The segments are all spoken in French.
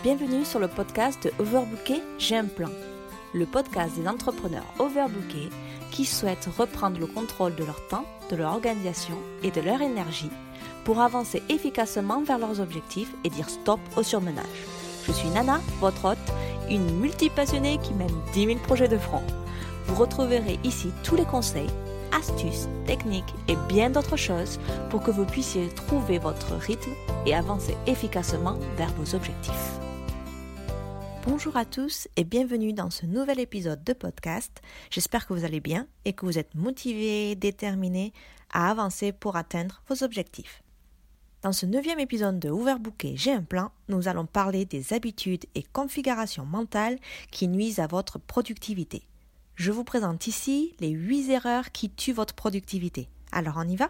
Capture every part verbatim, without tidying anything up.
Bienvenue sur le podcast de Overbooké, j'ai un plan. Le podcast des entrepreneurs overbookés qui souhaitent reprendre le contrôle de leur temps, de leur organisation et de leur énergie pour avancer efficacement vers leurs objectifs et dire stop au surmenage. Je suis Nana, votre hôte, une multipassionnée qui mène dix mille projets de front. Vous retrouverez ici tous les conseils, astuces, techniques et bien d'autres choses pour que vous puissiez trouver votre rythme et avancer efficacement vers vos objectifs. Bonjour à tous et bienvenue dans ce nouvel épisode de podcast. J'espère que vous allez bien et que vous êtes motivés, déterminés à avancer pour atteindre vos objectifs. Dans ce neuvième épisode de Overbooké, j'ai un plan, nous allons parler des habitudes et configurations mentales qui nuisent à votre productivité. Je vous présente ici les huit erreurs qui tuent votre productivité. Alors on y va ?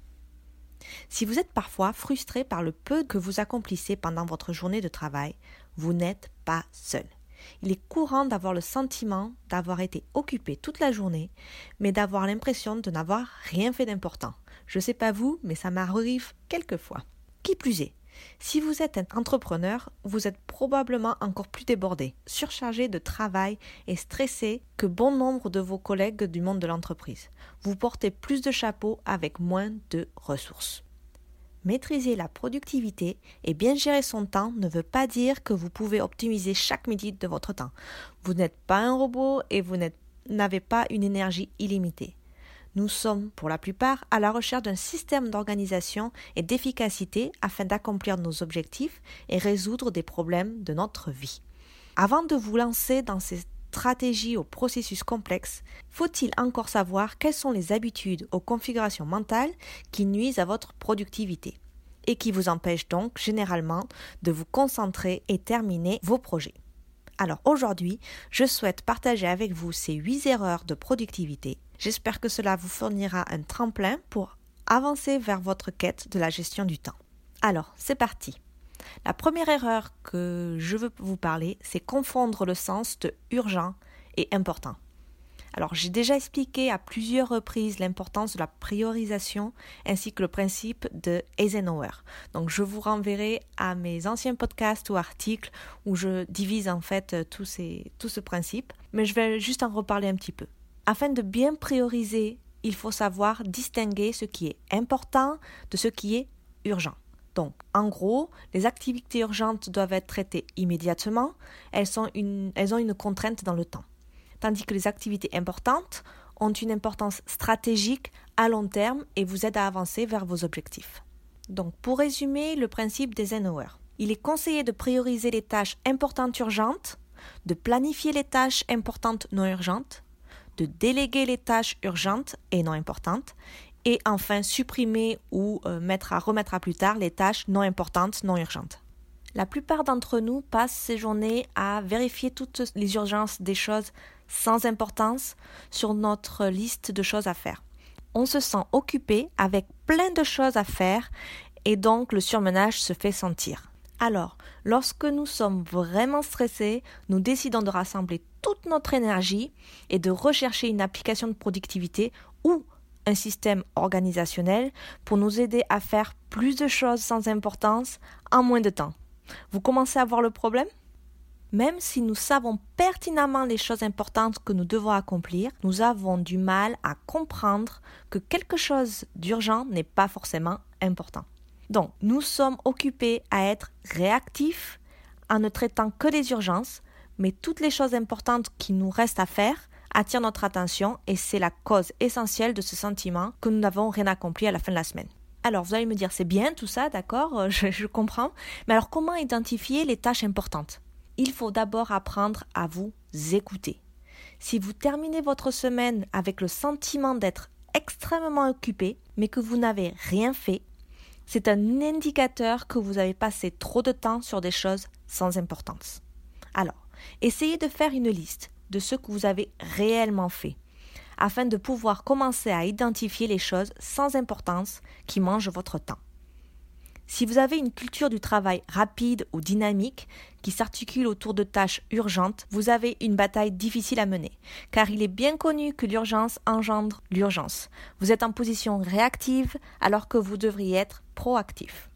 Si vous êtes parfois frustré par le peu que vous accomplissez pendant votre journée de travail, vous n'êtes pas seul. Il est courant d'avoir le sentiment d'avoir été occupé toute la journée, mais d'avoir l'impression de n'avoir rien fait d'important. Je ne sais pas vous, mais ça m'arrive quelquefois. Qui plus est, si vous êtes un entrepreneur, vous êtes probablement encore plus débordé, surchargé de travail et stressé que bon nombre de vos collègues du monde de l'entreprise. Vous portez plus de chapeaux avec moins de ressources. Maîtriser la productivité et bien gérer son temps ne veut pas dire que vous pouvez optimiser chaque minute de votre temps. Vous n'êtes pas un robot et vous n'êtes, n'avez pas une énergie illimitée. Nous sommes, pour la plupart, à la recherche d'un système d'organisation et d'efficacité afin d'accomplir nos objectifs et résoudre des problèmes de notre vie. Avant de vous lancer dans ces stratégies aux processus complexes, faut-il encore savoir quelles sont les habitudes aux configurations mentales qui nuisent à votre productivité et qui vous empêchent donc généralement de vous concentrer et terminer vos projets. Alors aujourd'hui, je souhaite partager avec vous ces huit erreurs de productivité. J'espère que cela vous fournira un tremplin pour avancer vers votre quête de la gestion du temps. Alors, c'est parti. La première erreur que je veux vous parler, c'est confondre le sens de urgent et important. Alors, j'ai déjà expliqué à plusieurs reprises l'importance de la priorisation ainsi que le principe de Eisenhower. Donc, je vous renverrai à mes anciens podcasts ou articles où je divise en fait tout, ces, tout ce principe, mais je vais juste en reparler un petit peu. Afin de bien prioriser, il faut savoir distinguer ce qui est important de ce qui est urgent. Donc, en gros, les activités urgentes doivent être traitées immédiatement, elles, sont une, elles ont une contrainte dans le temps. Tandis que les activités importantes ont une importance stratégique à long terme et vous aident à avancer vers vos objectifs. Donc, pour résumer le principe d'Eisenhower, il est conseillé de prioriser les tâches importantes urgentes, de planifier les tâches importantes non urgentes, de déléguer les tâches urgentes et non importantes, et enfin supprimer ou euh, mettre à, remettre à plus tard les tâches non importantes, non urgentes. La plupart d'entre nous passent ces journées à vérifier toutes les urgences des choses sans importance sur notre liste de choses à faire. On se sent occupé avec plein de choses à faire et donc le surmenage se fait sentir. Alors, lorsque nous sommes vraiment stressés, nous décidons de rassembler toute notre énergie et de rechercher une application de productivité ou un système organisationnel pour nous aider à faire plus de choses sans importance en moins de temps. Vous commencez à voir le problème ? Même si nous savons pertinemment les choses importantes que nous devons accomplir, nous avons du mal à comprendre que quelque chose d'urgent n'est pas forcément important. Donc, nous sommes occupés à être réactifs en ne traitant que les urgences, mais toutes les choses importantes qui nous restent à faire attirent notre attention et c'est la cause essentielle de ce sentiment que nous n'avons rien accompli à la fin de la semaine. Alors, vous allez me dire, c'est bien tout ça, d'accord, je, je comprends, mais alors comment identifier les tâches importantes ? Il faut d'abord apprendre à vous écouter. Si vous terminez votre semaine avec le sentiment d'être extrêmement occupé, mais que vous n'avez rien fait, c'est un indicateur que vous avez passé trop de temps sur des choses sans importance. Alors, essayez de faire une liste de ce que vous avez réellement fait, afin de pouvoir commencer à identifier les choses sans importance qui mangent votre temps. Si vous avez une culture du travail rapide ou dynamique qui s'articule autour de tâches urgentes, vous avez une bataille difficile à mener, car il est bien connu que l'urgence engendre l'urgence. Vous êtes en position réactive alors que vous devriez être proactif.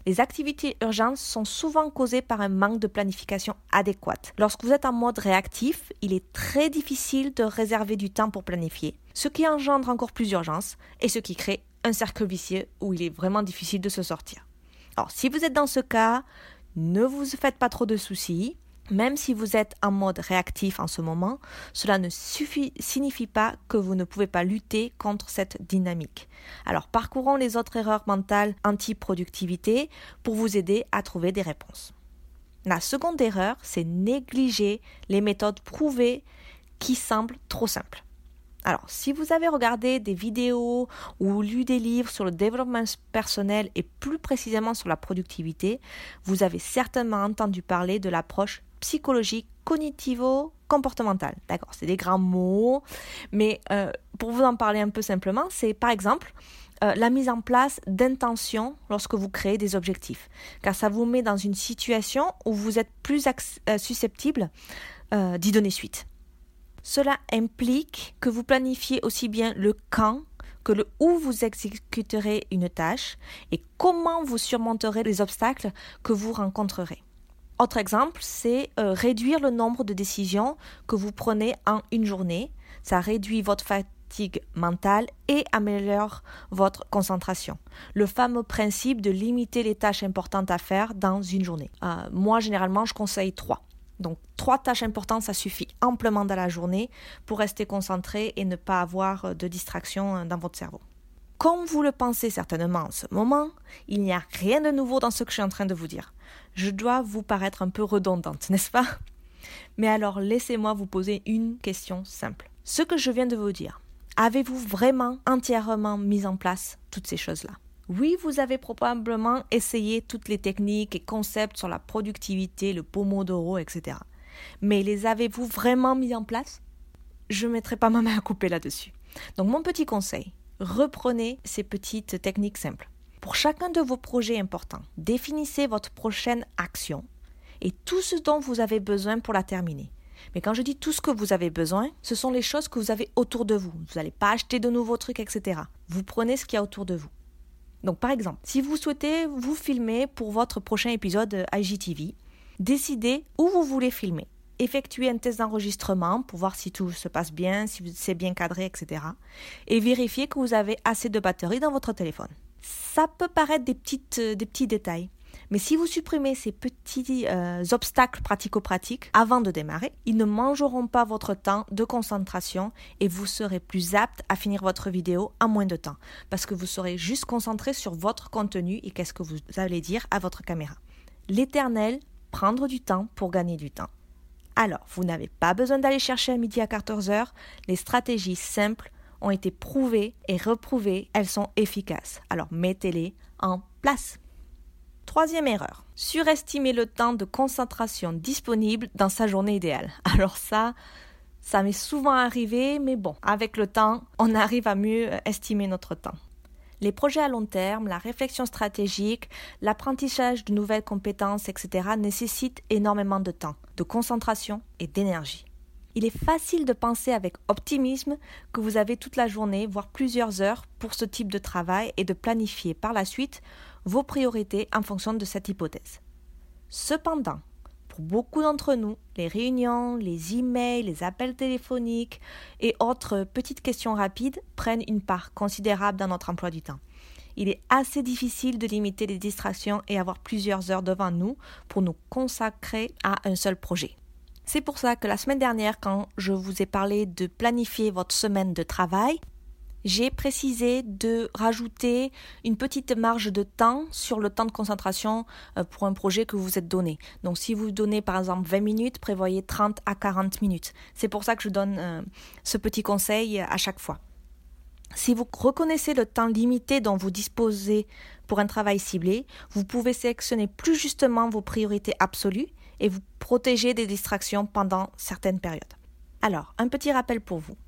Les activités urgentes sont souvent causées par un manque de planification adéquate. Lorsque vous êtes en mode réactif, il est très difficile de réserver du temps pour planifier, ce qui engendre encore plus d'urgence et ce qui crée un cercle vicieux où il est vraiment difficile de se sortir. Alors, si vous êtes dans ce cas, ne vous faites pas trop de soucis. Même si vous êtes en mode réactif en ce moment, cela ne suffit, signifie pas que vous ne pouvez pas lutter contre cette dynamique. Alors, parcourons les autres erreurs mentales anti-productivité pour vous aider à trouver des réponses. La seconde erreur, c'est négliger les méthodes prouvées qui semblent trop simples. Alors, si vous avez regardé des vidéos ou lu des livres sur le développement personnel et plus précisément sur la productivité, vous avez certainement entendu parler de l'approche psychologique cognitivo-comportementale. D'accord, c'est des grands mots, mais euh, pour vous en parler un peu simplement, c'est par exemple euh, la mise en place d'intentions lorsque vous créez des objectifs, car ça vous met dans une situation où vous êtes plus ac- euh, susceptible euh, d'y donner suite. Cela implique que vous planifiez aussi bien le quand que le où vous exécuterez une tâche et comment vous surmonterez les obstacles que vous rencontrerez. Autre exemple, c'est euh, réduire le nombre de décisions que vous prenez en une journée. Ça réduit votre fatigue mentale et améliore votre concentration. Le fameux principe de limiter les tâches importantes à faire dans une journée. Euh, moi, généralement, je conseille trois. Donc, trois tâches importantes, ça suffit amplement dans la journée pour rester concentré et ne pas avoir de distraction dans votre cerveau. Comme vous le pensez certainement en ce moment, il n'y a rien de nouveau dans ce que je suis en train de vous dire. Je dois vous paraître un peu redondante, n'est-ce pas? Mais alors, laissez-moi vous poser une question simple. Ce que je viens de vous dire, avez-vous vraiment entièrement mis en place toutes ces choses-là? Oui, vous avez probablement essayé toutes les techniques et concepts sur la productivité, le Pomodoro, et cetera. Mais les avez-vous vraiment mis en place? Je ne mettrai pas ma main à couper là-dessus. Donc mon petit conseil, reprenez ces petites techniques simples. Pour chacun de vos projets importants, définissez votre prochaine action et tout ce dont vous avez besoin pour la terminer. Mais quand je dis tout ce que vous avez besoin, ce sont les choses que vous avez autour de vous. Vous n'allez pas acheter de nouveaux trucs, et cetera. Vous prenez ce qu'il y a autour de vous. Donc par exemple, si vous souhaitez vous filmer pour votre prochain épisode I G T V, décidez où vous voulez filmer. Effectuez un test d'enregistrement pour voir si tout se passe bien, si c'est bien cadré, et cetera. Et vérifiez que vous avez assez de batterie dans votre téléphone. Ça peut paraître des, petites, des petits détails, mais si vous supprimez ces petits euh, obstacles pratico-pratiques avant de démarrer, ils ne mangeront pas votre temps de concentration et vous serez plus apte à finir votre vidéo en moins de temps, parce que vous serez juste concentré sur votre contenu et qu'est-ce que vous allez dire à votre caméra. L'éternel, prendre du temps pour gagner du temps. Alors, vous n'avez pas besoin d'aller chercher à midi à quatorze heures, les stratégies simples ont été prouvées et reprouvées, elles sont efficaces. Alors, mettez-les en place. Troisième erreur, surestimer le temps de concentration disponible dans sa journée idéale. Alors ça, ça m'est souvent arrivé, mais bon, avec le temps, on arrive à mieux estimer notre temps. Les projets à long terme, la réflexion stratégique, l'apprentissage de nouvelles compétences, et cetera nécessitent énormément de temps, de concentration et d'énergie. Il est facile de penser avec optimisme que vous avez toute la journée, voire plusieurs heures pour ce type de travail et de planifier par la suite vos priorités en fonction de cette hypothèse. Cependant, pour beaucoup d'entre nous, les réunions, les emails, les appels téléphoniques et autres petites questions rapides prennent une part considérable dans notre emploi du temps. Il est assez difficile de limiter les distractions et avoir plusieurs heures devant nous pour nous consacrer à un seul projet. C'est pour ça que la semaine dernière, quand je vous ai parlé de planifier votre semaine de travail, j'ai précisé de rajouter une petite marge de temps sur le temps de concentration pour un projet que vous vous êtes donné. Donc si vous donnez par exemple vingt minutes, prévoyez trente à quarante minutes. C'est pour ça que je donne euh, ce petit conseil à chaque fois. Si vous reconnaissez le temps limité dont vous disposez pour un travail ciblé, vous pouvez sélectionner plus justement vos priorités absolues et vous protéger des distractions pendant certaines périodes. Alors, un petit rappel pour vous.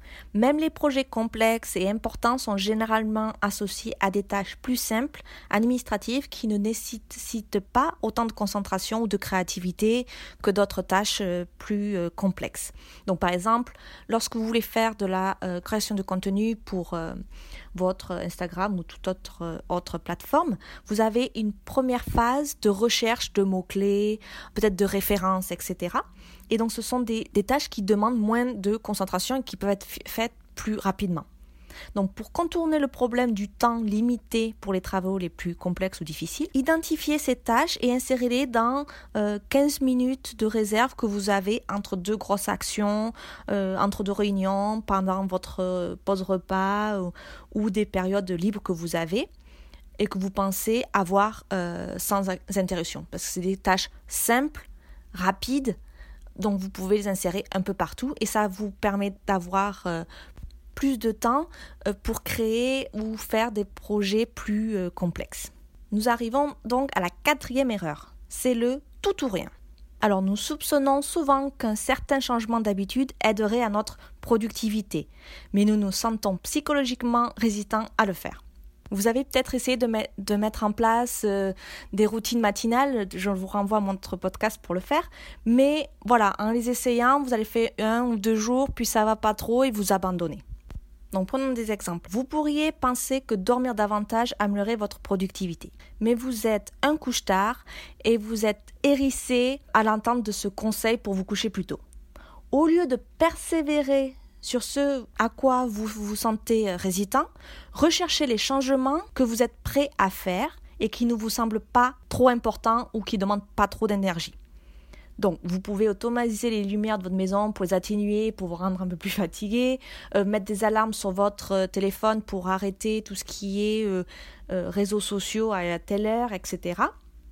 Même les projets complexes et importants sont généralement associés à des tâches plus simples, administratives, qui ne nécessitent pas autant de concentration ou de créativité que d'autres tâches plus complexes. Donc par exemple, lorsque vous voulez faire de la euh, création de contenu pour euh, votre Instagram ou toute autre, euh, autre plateforme, vous avez une première phase de recherche de mots-clés, peut-être de références, et cetera. Et donc ce sont des, des tâches qui demandent moins de concentration et qui peuvent être f- faites plus rapidement. Donc pour contourner le problème du temps limité pour les travaux les plus complexes ou difficiles, identifiez ces tâches et insérez-les dans euh, quinze minutes de réserve que vous avez entre deux grosses actions, euh, entre deux réunions, pendant votre pause repas ou, ou des périodes libres que vous avez et que vous pensez avoir euh, sans interruption. Parce que c'est des tâches simples, rapides, donc vous pouvez les insérer un peu partout et ça vous permet d'avoir euh, plus de temps pour créer ou faire des projets plus complexes. Nous arrivons donc à la quatrième erreur, c'est le tout ou rien. Alors nous soupçonnons souvent qu'un certain changement d'habitude aiderait à notre productivité, mais nous nous sentons psychologiquement résistants à le faire. Vous avez peut-être essayé de, met, de mettre en place euh, des routines matinales, je vous renvoie à notre podcast pour le faire, mais voilà, en les essayant, vous allez faire un ou deux jours, puis ça va pas trop et vous abandonnez. Donc prenons des exemples. Vous pourriez penser que dormir davantage améliorerait votre productivité. Mais vous êtes un couche-tard et vous êtes hérissé à l'entente de ce conseil pour vous coucher plus tôt. Au lieu de persévérer sur ce à quoi vous vous sentez résistant, recherchez les changements que vous êtes prêt à faire et qui ne vous semblent pas trop importants ou qui ne demandent pas trop d'énergie. Donc, vous pouvez automatiser les lumières de votre maison pour les atténuer, pour vous rendre un peu plus fatigué, euh, mettre des alarmes sur votre euh, téléphone pour arrêter tout ce qui est euh, euh, réseaux sociaux à telle heure, et cetera.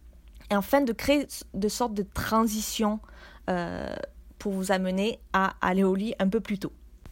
Et enfin, de créer de sortes de transitions euh, pour vous amener à aller au lit un peu plus tôt.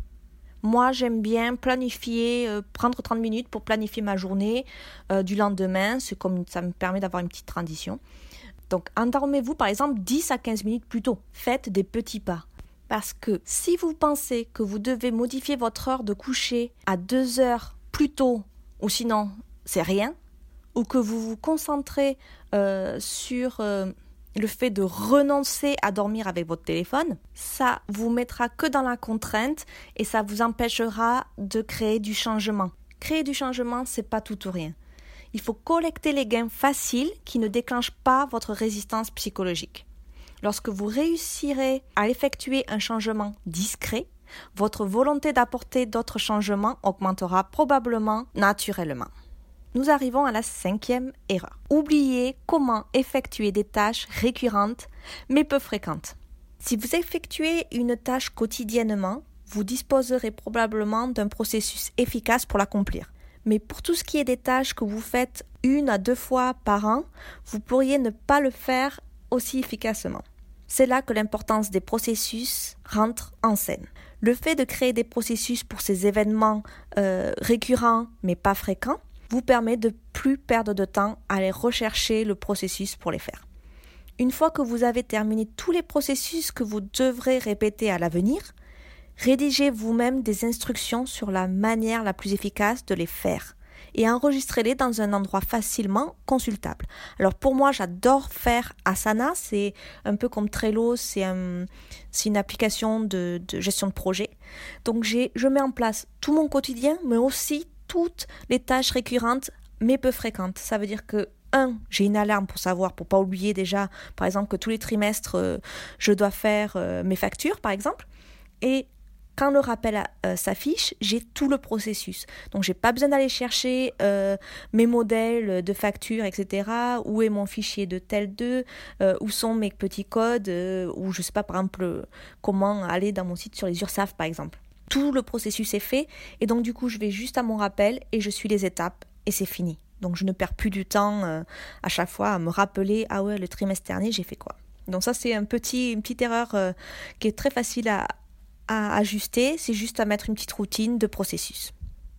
Moi, j'aime bien planifier, euh, prendre trente minutes pour planifier ma journée euh, du lendemain. C'est comme ça me permet d'avoir une petite transition. Donc, endormez-vous par exemple dix à quinze minutes plus tôt. Faites des petits pas. Parce que si vous pensez que vous devez modifier votre heure de coucher à deux heures plus tôt, ou sinon c'est rien, ou que vous vous concentrez euh, sur euh, le fait de renoncer à dormir avec votre téléphone, ça vous mettra que dans la contrainte et ça vous empêchera de créer du changement. Créer du changement, c'est pas tout ou rien. Il faut collecter les gains faciles qui ne déclenchent pas votre résistance psychologique. Lorsque vous réussirez à effectuer un changement discret, votre volonté d'apporter d'autres changements augmentera probablement naturellement. Nous arrivons à la cinquième erreur. Oubliez comment effectuer des tâches récurrentes mais peu fréquentes. Si vous effectuez une tâche quotidiennement, vous disposerez probablement d'un processus efficace pour l'accomplir. Mais pour tout ce qui est des tâches que vous faites une à deux fois par an, vous pourriez ne pas le faire aussi efficacement. C'est là que l'importance des processus rentre en scène. Le fait de créer des processus pour ces événements euh, récurrents mais pas fréquents vous permet de plus perdre de temps à aller rechercher le processus pour les faire. Une fois que vous avez terminé tous les processus que vous devrez répéter à l'avenir, rédigez vous-même des instructions sur la manière la plus efficace de les faire et enregistrez-les dans un endroit facilement consultable. Alors pour moi, j'adore faire Asana, c'est un peu comme Trello, c'est, un, c'est une application de, de gestion de projet. Donc j'ai, je mets en place tout mon quotidien, mais aussi toutes les tâches récurrentes mais peu fréquentes. Ça veut dire que Un, j'ai une alarme pour savoir, pour pas oublier déjà, par exemple, que tous les trimestres, euh, je dois faire euh, mes factures, par exemple. Et quand le rappel euh, s'affiche, j'ai tout le processus. Donc, j'ai pas besoin d'aller chercher euh, mes modèles de factures, et cetera. Où est mon fichier de tel deux, euh, où sont mes petits codes, euh, ou je sais pas, par exemple, euh, comment aller dans mon site sur les URSSAF, par exemple. Tout le processus est fait, et donc du coup, je vais juste à mon rappel et je suis les étapes, et c'est fini. Donc, je ne perds plus du temps euh, à chaque fois à me rappeler « Ah ouais, le trimestre dernier, j'ai fait quoi ?» Donc ça, c'est un petit, une petite erreur euh, qui est très facile à, à ajuster. C'est juste à mettre une petite routine de processus.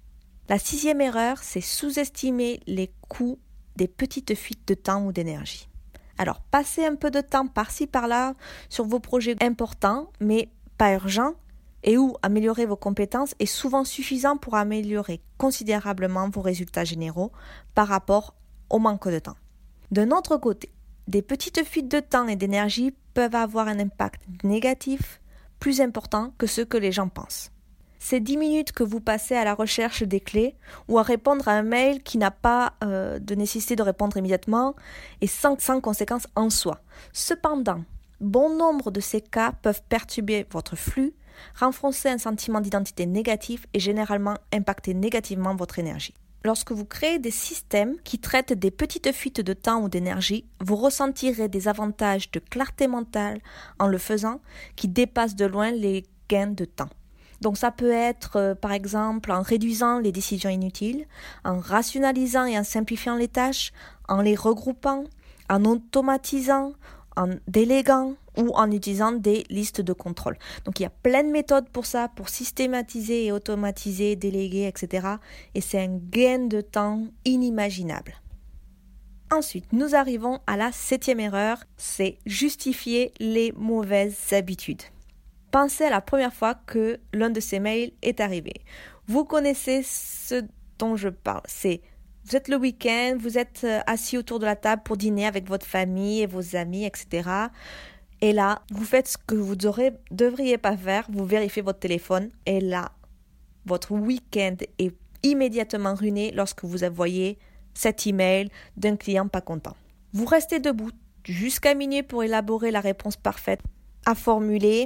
La sixième erreur, c'est sous-estimer les coûts des petites fuites de temps ou d'énergie. Alors, passez un peu de temps par-ci, par-là sur vos projets importants, mais pas urgents, et ou améliorer vos compétences est souvent suffisant pour améliorer considérablement vos résultats généraux par rapport au manque de temps. D'un autre côté, des petites fuites de temps et d'énergie peuvent avoir un impact négatif plus important que ce que les gens pensent. Ces dix minutes que vous passez à la recherche des clés ou à répondre à un mail qui n'a pas euh, de nécessité de répondre immédiatement et sans, sans conséquence en soi. Cependant, bon nombre de ces cas peuvent perturber votre flux, renforcer un sentiment d'identité négatif et généralement impacter négativement votre énergie. Lorsque vous créez des systèmes qui traitent des petites fuites de temps ou d'énergie, vous ressentirez des avantages de clarté mentale en le faisant qui dépassent de loin les gains de temps. Donc ça peut être euh, par exemple en réduisant les décisions inutiles, en rationalisant et en simplifiant les tâches, en les regroupant, en automatisant, en déléguant ou en utilisant des listes de contrôle. Donc il y a plein de méthodes pour ça, pour systématiser et automatiser, déléguer, et cetera. Et c'est un gain de temps inimaginable. Ensuite, nous arrivons à la septième erreur, c'est justifier les mauvaises habitudes. Pensez à la première fois que l'un de ces mails est arrivé. Vous connaissez ce dont je parle. C'est, vous êtes le week-end, vous êtes assis autour de la table pour dîner avec votre famille et vos amis, et cetera. Et là, vous faites ce que vous ne devriez pas faire, vous vérifiez votre téléphone. Et là, votre week-end est immédiatement ruiné lorsque vous voyez cet email d'un client pas content. Vous restez debout jusqu'à minuit pour élaborer la réponse parfaite à formuler.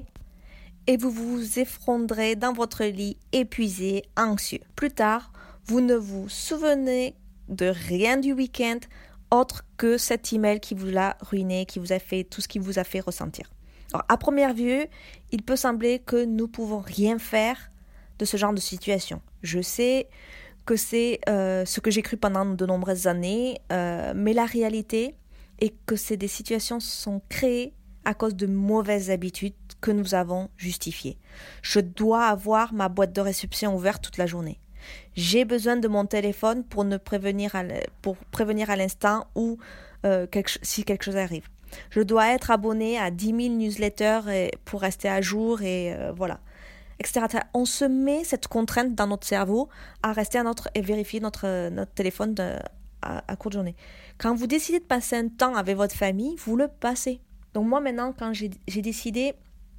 Et vous vous effondrez dans votre lit, épuisé, anxieux. Plus tard, vous ne vous souvenez de rien du week-end autre que cet email qui vous l'a ruiné, qui vous a fait tout ce qui vous a fait ressentir. Alors, à première vue, il peut sembler que nous ne pouvons rien faire de ce genre de situation. Je sais que c'est euh, ce que j'ai cru pendant de nombreuses années, euh, mais la réalité est que c'est des situations qui sont créées à cause de mauvaises habitudes que nous avons justifiées. Je dois avoir ma boîte de réception ouverte toute la journée. J'ai besoin de mon téléphone pour, ne prévenir, à pour prévenir à l'instant ou euh, quelque, si quelque chose arrive. Je dois être abonné à dix mille newsletters et, pour rester à jour et euh, voilà, et cetera. On se met cette contrainte dans notre cerveau à rester à notre, et vérifier notre, notre téléphone de, à, à courte journée. Quand vous décidez de passer un temps avec votre famille, vous le passez. Donc moi maintenant, quand j'ai, j'ai décidé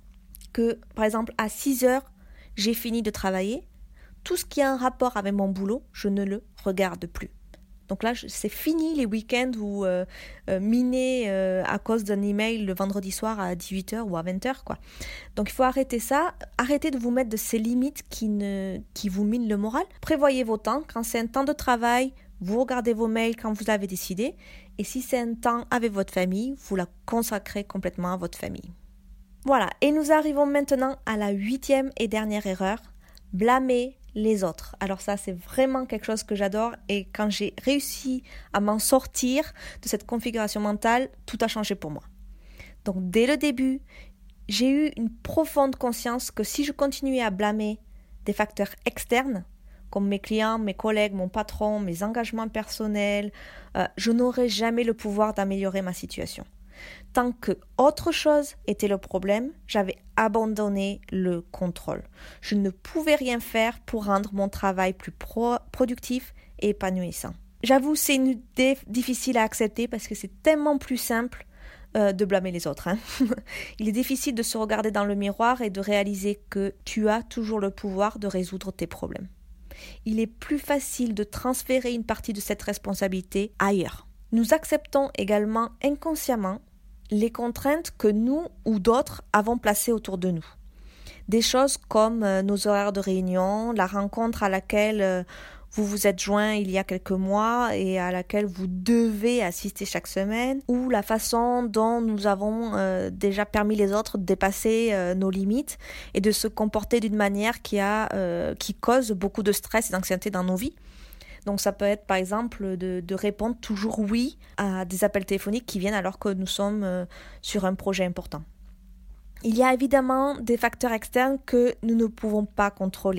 que, par exemple, à six heures, j'ai fini de travailler, tout ce qui a un rapport avec mon boulot, je ne le regarde plus. Donc là, c'est fini les week-ends où euh, euh, miner euh, à cause d'un email le vendredi soir à dix-huit heures ou à vingt heures, quoi. Donc il faut arrêter ça, arrêter de vous mettre de ces limites qui, ne, qui vous minent le moral. Prévoyez vos temps, quand c'est un temps de travail, vous regardez vos mails quand vous avez décidé. Et si c'est un temps avec votre famille, vous la consacrez complètement à votre famille. Voilà, et nous arrivons maintenant à la huitième et dernière erreur, blâmer les autres. Alors ça, c'est vraiment quelque chose que j'adore et quand j'ai réussi à m'en sortir de cette configuration mentale, tout a changé pour moi. Donc dès le début, j'ai eu une profonde conscience que si je continuais à blâmer des facteurs externes, comme mes clients, mes collègues, mon patron, mes engagements personnels, euh, je n'aurais jamais le pouvoir d'améliorer ma situation. Tant que autre chose était le problème, j'avais abandonné le contrôle. Je ne pouvais rien faire pour rendre mon travail plus pro- productif et épanouissant. J'avoue, c'est une idée difficile à accepter parce que c'est tellement plus simple euh, de blâmer les autres. Hein. Il est difficile de se regarder dans le miroir et de réaliser que tu as toujours le pouvoir de résoudre tes problèmes. Il est plus facile de transférer une partie de cette responsabilité ailleurs. Nous acceptons également inconsciemment les contraintes que nous ou d'autres avons placées autour de nous. Des choses comme euh, nos horaires de réunion, la rencontre à laquelle euh, vous vous êtes joint il y a quelques mois et à laquelle vous devez assister chaque semaine, ou la façon dont nous avons euh, déjà permis les autres de dépasser euh, nos limites et de se comporter d'une manière qui, a, euh, qui cause beaucoup de stress et d'anxiété dans nos vies. Donc ça peut être par exemple de, de répondre toujours oui à des appels téléphoniques qui viennent alors que nous sommes euh, sur un projet important. Il y a évidemment des facteurs externes que nous ne pouvons pas contrôler,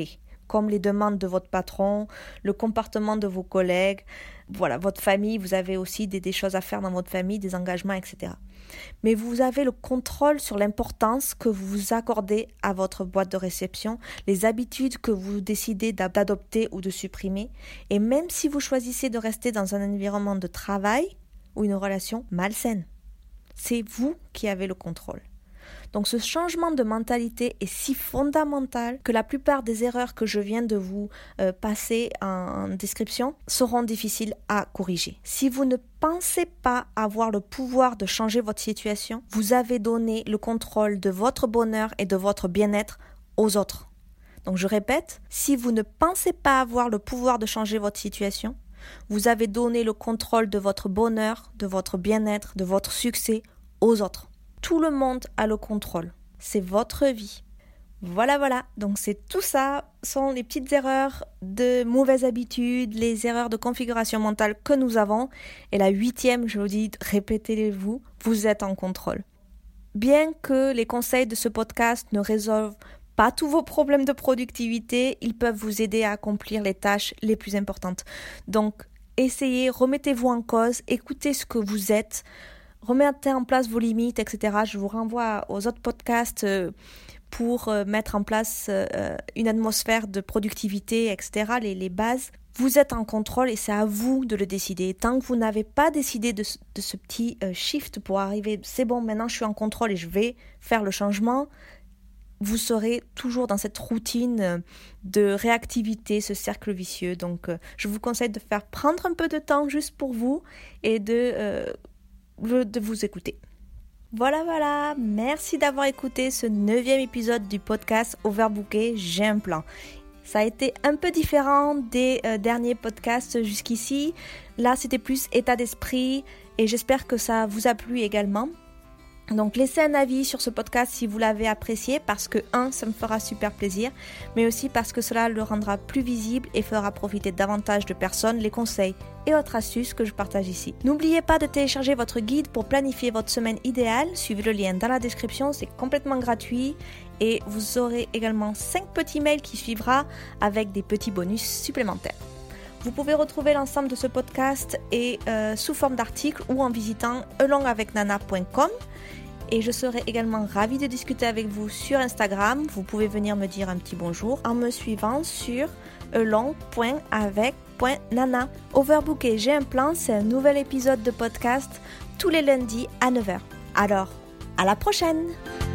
comme les demandes de votre patron, le comportement de vos collègues, voilà, votre famille, vous avez aussi des, des choses à faire dans votre famille, des engagements, et cetera. Mais vous avez le contrôle sur l'importance que vous accordez à votre boîte de réception, les habitudes que vous décidez d'adopter ou de supprimer. Et même si vous choisissez de rester dans un environnement de travail ou une relation malsaine, c'est vous qui avez le contrôle. Donc ce changement de mentalité est si fondamental que la plupart des erreurs que je viens de vous euh, passer en, en description seront difficiles à corriger. Si vous ne pensez pas avoir le pouvoir de changer votre situation, vous avez donné le contrôle de votre bonheur et de votre bien-être aux autres. Donc je répète, si vous ne pensez pas avoir le pouvoir de changer votre situation, vous avez donné le contrôle de votre bonheur, de votre bien-être, de votre succès aux autres. Tout le monde a le contrôle. C'est votre vie. Voilà, voilà. Donc c'est tout ça, sont les petites erreurs de mauvaises habitudes, les erreurs de configuration mentale que nous avons. Et la huitième, je vous dis, répétez-les-vous, vous êtes en contrôle. Bien que les conseils de ce podcast ne résolvent pas tous vos problèmes de productivité, ils peuvent vous aider à accomplir les tâches les plus importantes. Donc essayez, remettez-vous en cause, écoutez ce que vous êtes, remettez en place vos limites, et cetera. Je vous renvoie aux autres podcasts pour mettre en place une atmosphère de productivité, et cetera. Les, les bases. Vous êtes en contrôle et c'est à vous de le décider. Tant que vous n'avez pas décidé de, de ce petit shift pour arriver, c'est bon, maintenant je suis en contrôle et je vais faire le changement, vous serez toujours dans cette routine de réactivité, ce cercle vicieux. Donc je vous conseille de faire prendre un peu de temps juste pour vous et de... Euh, de vous écouter. Voilà, voilà. Merci d'avoir écouté ce neuvième épisode du podcast Overbooké, j'ai un plan. Ça a été un peu différent des euh, derniers podcasts jusqu'ici. Là, c'était plus état d'esprit et j'espère que ça vous a plu également. Donc laissez un avis sur ce podcast si vous l'avez apprécié parce que un, ça me fera super plaisir, mais aussi parce que cela le rendra plus visible et fera profiter davantage de personnes les conseils et autres astuces que je partage ici. N'oubliez pas de télécharger votre guide pour planifier votre semaine idéale, suivez le lien dans la description, c'est complètement gratuit et vous aurez également cinq petits mails qui suivra avec des petits bonus supplémentaires. Vous pouvez retrouver l'ensemble de ce podcast et euh, sous forme d'article ou en visitant along avec nana point com. Et je serai également ravie de discuter avec vous sur Instagram. Vous pouvez venir me dire un petit bonjour en me suivant sur along point avec point nana. Overbooké, j'ai un plan, c'est un nouvel épisode de podcast tous les lundis à neuf heures. Alors, à la prochaine!